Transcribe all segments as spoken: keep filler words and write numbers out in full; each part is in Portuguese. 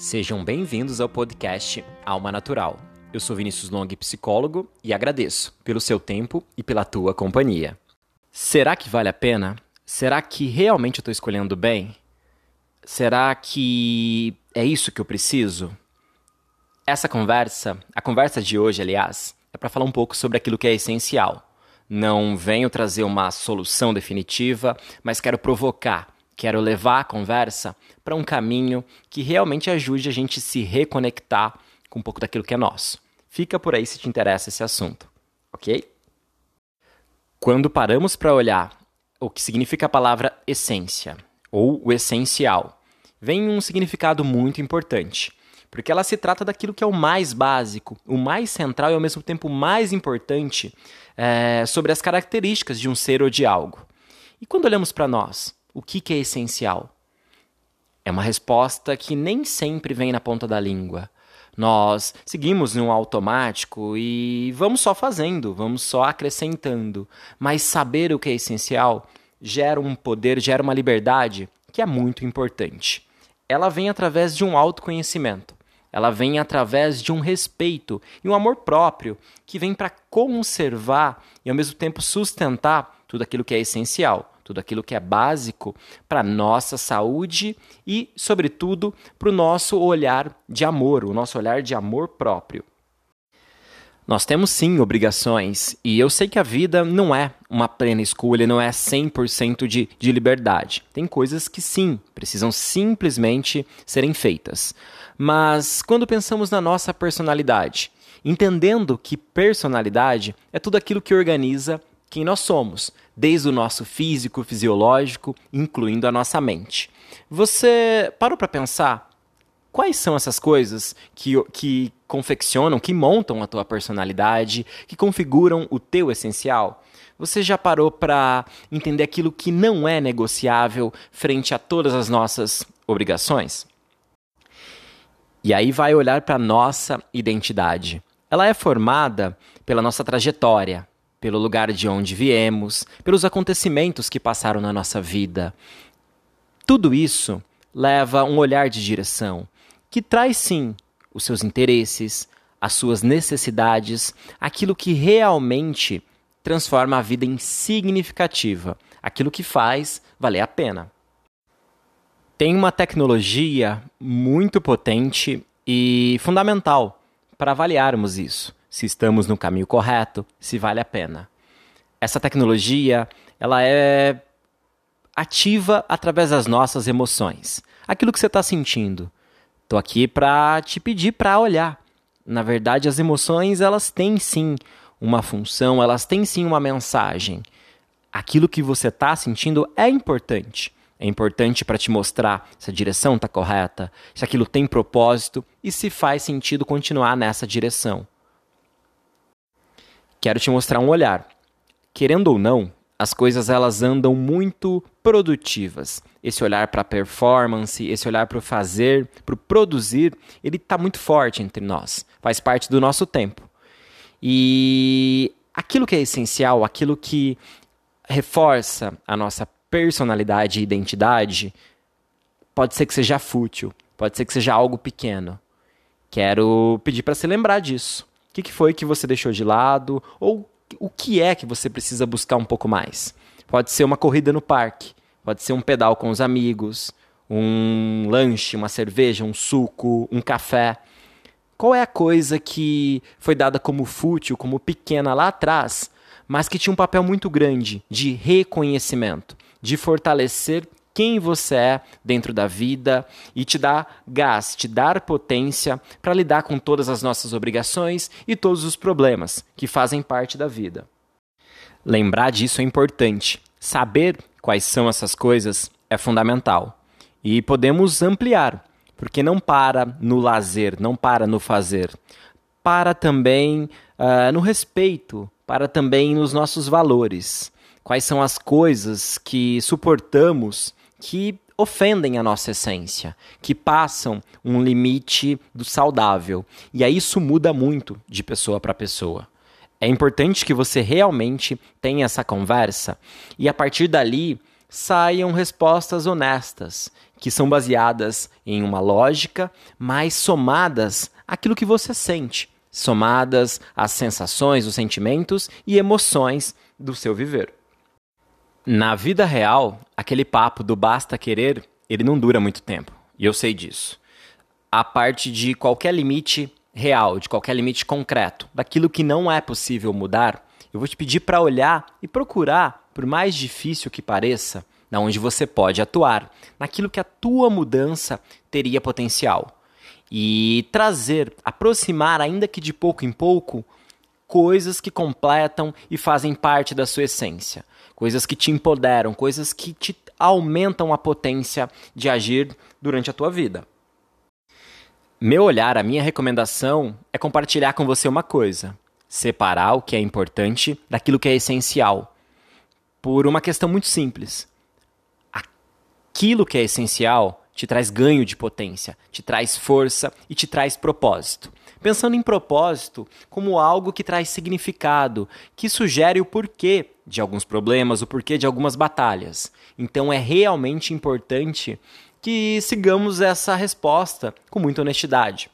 Sejam bem-vindos ao podcast Alma Natural. Eu sou Vinícius Long, psicólogo, e agradeço pelo seu tempo e pela tua companhia. Será que vale a pena? Será que realmente eu estou escolhendo bem? Será que é isso que eu preciso? Essa conversa, a conversa de hoje, aliás, é para falar um pouco sobre aquilo que é essencial. Não venho trazer uma solução definitiva, mas quero provocar, quero levar a conversa para um caminho que realmente ajude a gente a se reconectar com um pouco daquilo que é nosso. Fica por aí se te interessa esse assunto, ok? Quando paramos para olhar o que significa a palavra essência, ou o essencial, vem um significado muito importante, porque ela se trata daquilo que é o mais básico, o mais central e ao mesmo tempo mais importante é, sobre as características de um ser ou de algo. E quando olhamos para nós, o que, que é essencial? É uma resposta que nem sempre vem na ponta da língua. Nós seguimos num automático e vamos só fazendo, vamos só acrescentando. Mas saber o que é essencial gera um poder, gera uma liberdade que é muito importante. Ela vem através de um autoconhecimento. Ela vem através de um respeito e um amor próprio que vem para conservar e ao mesmo tempo sustentar tudo aquilo que é essencial. Tudo aquilo que é básico para a nossa saúde e, sobretudo, para o nosso olhar de amor, o nosso olhar de amor próprio. Nós temos sim obrigações e eu sei que a vida não é uma plena escolha, não é cem por cento de, de liberdade. Tem coisas que sim, precisam simplesmente serem feitas. Mas quando pensamos na nossa personalidade, entendendo que personalidade é tudo aquilo que organiza quem nós somos, desde o nosso físico, fisiológico, incluindo a nossa mente. Você parou para pensar quais são essas coisas que, que confeccionam, que montam a tua personalidade, que configuram o teu essencial? Você já parou para entender aquilo que não é negociável frente a todas as nossas obrigações? E aí vai olhar para a nossa identidade. Ela é formada pela nossa trajetória, pelo lugar de onde viemos, pelos acontecimentos que passaram na nossa vida. Tudo isso leva um olhar de direção, que traz sim os seus interesses, as suas necessidades, aquilo que realmente transforma a vida em significativa, aquilo que faz valer a pena. Tem uma tecnologia muito potente e fundamental para avaliarmos isso. Se estamos no caminho correto, se vale a pena. Essa tecnologia, ela é ativa através das nossas emoções. Aquilo que você está sentindo. Estou aqui para te pedir para olhar. Na verdade, as emoções, elas têm sim uma função, elas têm sim uma mensagem. Aquilo que você está sentindo é importante. É importante para te mostrar se a direção está correta, se aquilo tem propósito e se faz sentido continuar nessa direção. Quero te mostrar um olhar. Querendo ou não, as coisas elas andam muito produtivas. Esse olhar para a performance, esse olhar para o fazer, para o produzir, ele está muito forte entre nós. Faz parte do nosso tempo. E aquilo que é essencial, aquilo que reforça a nossa personalidade e identidade, pode ser que seja fútil, pode ser que seja algo pequeno. Quero pedir para se lembrar disso. O que foi que você deixou de lado? Ou o que é que você precisa buscar um pouco mais? Pode ser uma corrida no parque, pode ser um pedal com os amigos, um lanche, uma cerveja, um suco, um café. Qual é a coisa que foi dada como fútil, como pequena lá atrás, mas que tinha um papel muito grande de reconhecimento, de fortalecer quem você é dentro da vida e te dar gás, te dar potência para lidar com todas as nossas obrigações e todos os problemas que fazem parte da vida. Lembrar disso é importante. Saber quais são essas coisas é fundamental. E podemos ampliar, porque não para no lazer, não para no fazer. Para também uh, no respeito, para também nos nossos valores. Quais são as coisas que suportamos que ofendem a nossa essência, que passam um limite do saudável. E aí isso muda muito de pessoa para pessoa. É importante que você realmente tenha essa conversa e a partir dali saiam respostas honestas, que são baseadas em uma lógica, mas somadas àquilo que você sente, somadas às sensações, os sentimentos e emoções do seu viver. Na vida real, aquele papo do basta querer, ele não dura muito tempo, e eu sei disso. A parte de qualquer limite real, de qualquer limite concreto, daquilo que não é possível mudar, eu vou te pedir para olhar e procurar, por mais difícil que pareça, na onde você pode atuar, naquilo que a tua mudança teria potencial. E trazer, aproximar, ainda que de pouco em pouco, coisas que completam e fazem parte da sua essência. Coisas que te empoderam, coisas que te aumentam a potência de agir durante a tua vida. Meu olhar, a minha recomendação é compartilhar com você uma coisa. Separar o que é importante daquilo que é essencial. Por uma questão muito simples. Aquilo que é essencial te traz ganho de potência, te traz força e te traz propósito. Pensando em propósito como algo que traz significado, que sugere o porquê de alguns problemas, o porquê de algumas batalhas. Então é realmente importante que sigamos essa resposta com muita honestidade.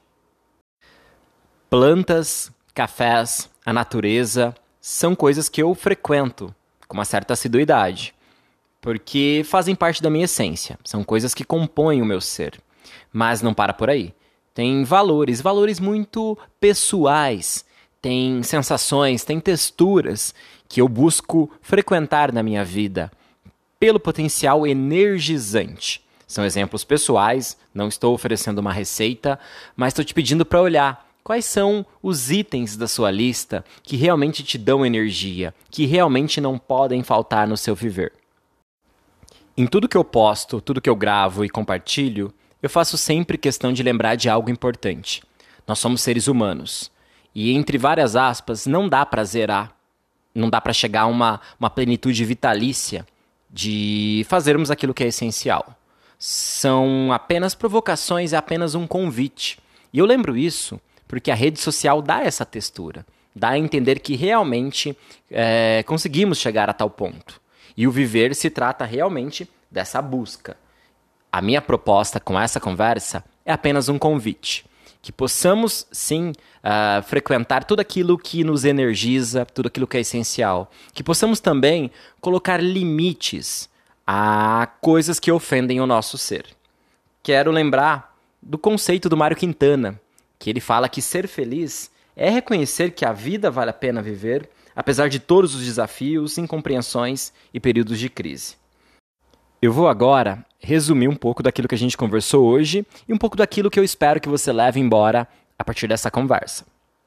Plantas, cafés, a natureza são coisas que eu frequento com uma certa assiduidade, porque fazem parte da minha essência, são coisas que compõem o meu ser. Mas não para por aí. Tem valores, valores muito pessoais, tem sensações, tem texturas que eu busco frequentar na minha vida pelo potencial energizante. São exemplos pessoais, não estou oferecendo uma receita, mas estou te pedindo para olhar quais são os itens da sua lista que realmente te dão energia, que realmente não podem faltar no seu viver. Em tudo que eu posto, tudo que eu gravo e compartilho, eu faço sempre questão de lembrar de algo importante. Nós somos seres humanos. E entre várias aspas, não dá para zerar, não dá para chegar a uma, uma plenitude vitalícia de fazermos aquilo que é essencial. São apenas provocações, é apenas um convite. E eu lembro isso porque a rede social dá essa textura. Dá a entender que realmente é, conseguimos chegar a tal ponto. E o viver se trata realmente dessa busca. A minha proposta com essa conversa é apenas um convite. Que possamos, sim, uh, frequentar tudo aquilo que nos energiza, tudo aquilo que é essencial. Que possamos também colocar limites a coisas que ofendem o nosso ser. Quero lembrar do conceito do Mário Quintana, que ele fala que ser feliz é reconhecer que a vida vale a pena viver, apesar de todos os desafios, incompreensões e períodos de crise. Eu vou agora resumir um pouco daquilo que a gente conversou hoje e um pouco daquilo que eu espero que você leve embora a partir dessa conversa.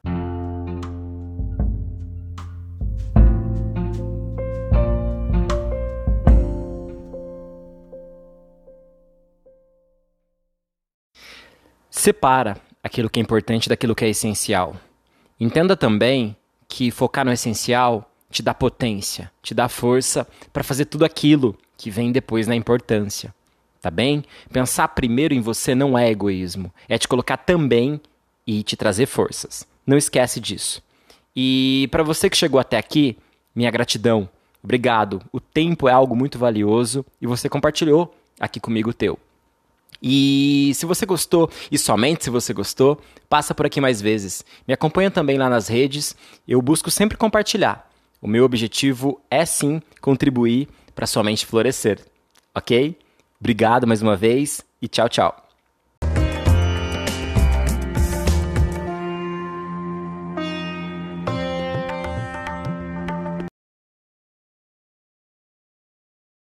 Separa aquilo que é importante daquilo que é essencial. Entenda também que focar no essencial te dá potência, te dá força para fazer tudo aquilo que vem depois na importância, tá bem? Pensar primeiro em você não é egoísmo, é te colocar também e te trazer forças. Não esquece disso. E para você que chegou até aqui, minha gratidão. Obrigado. O tempo é algo muito valioso e você compartilhou aqui comigo o teu. E se você gostou, e somente se você gostou, passa por aqui mais vezes. Me acompanha também lá nas redes, eu busco sempre compartilhar. O meu objetivo é sim contribuir para sua mente florescer, ok? Obrigado mais uma vez e tchau, tchau.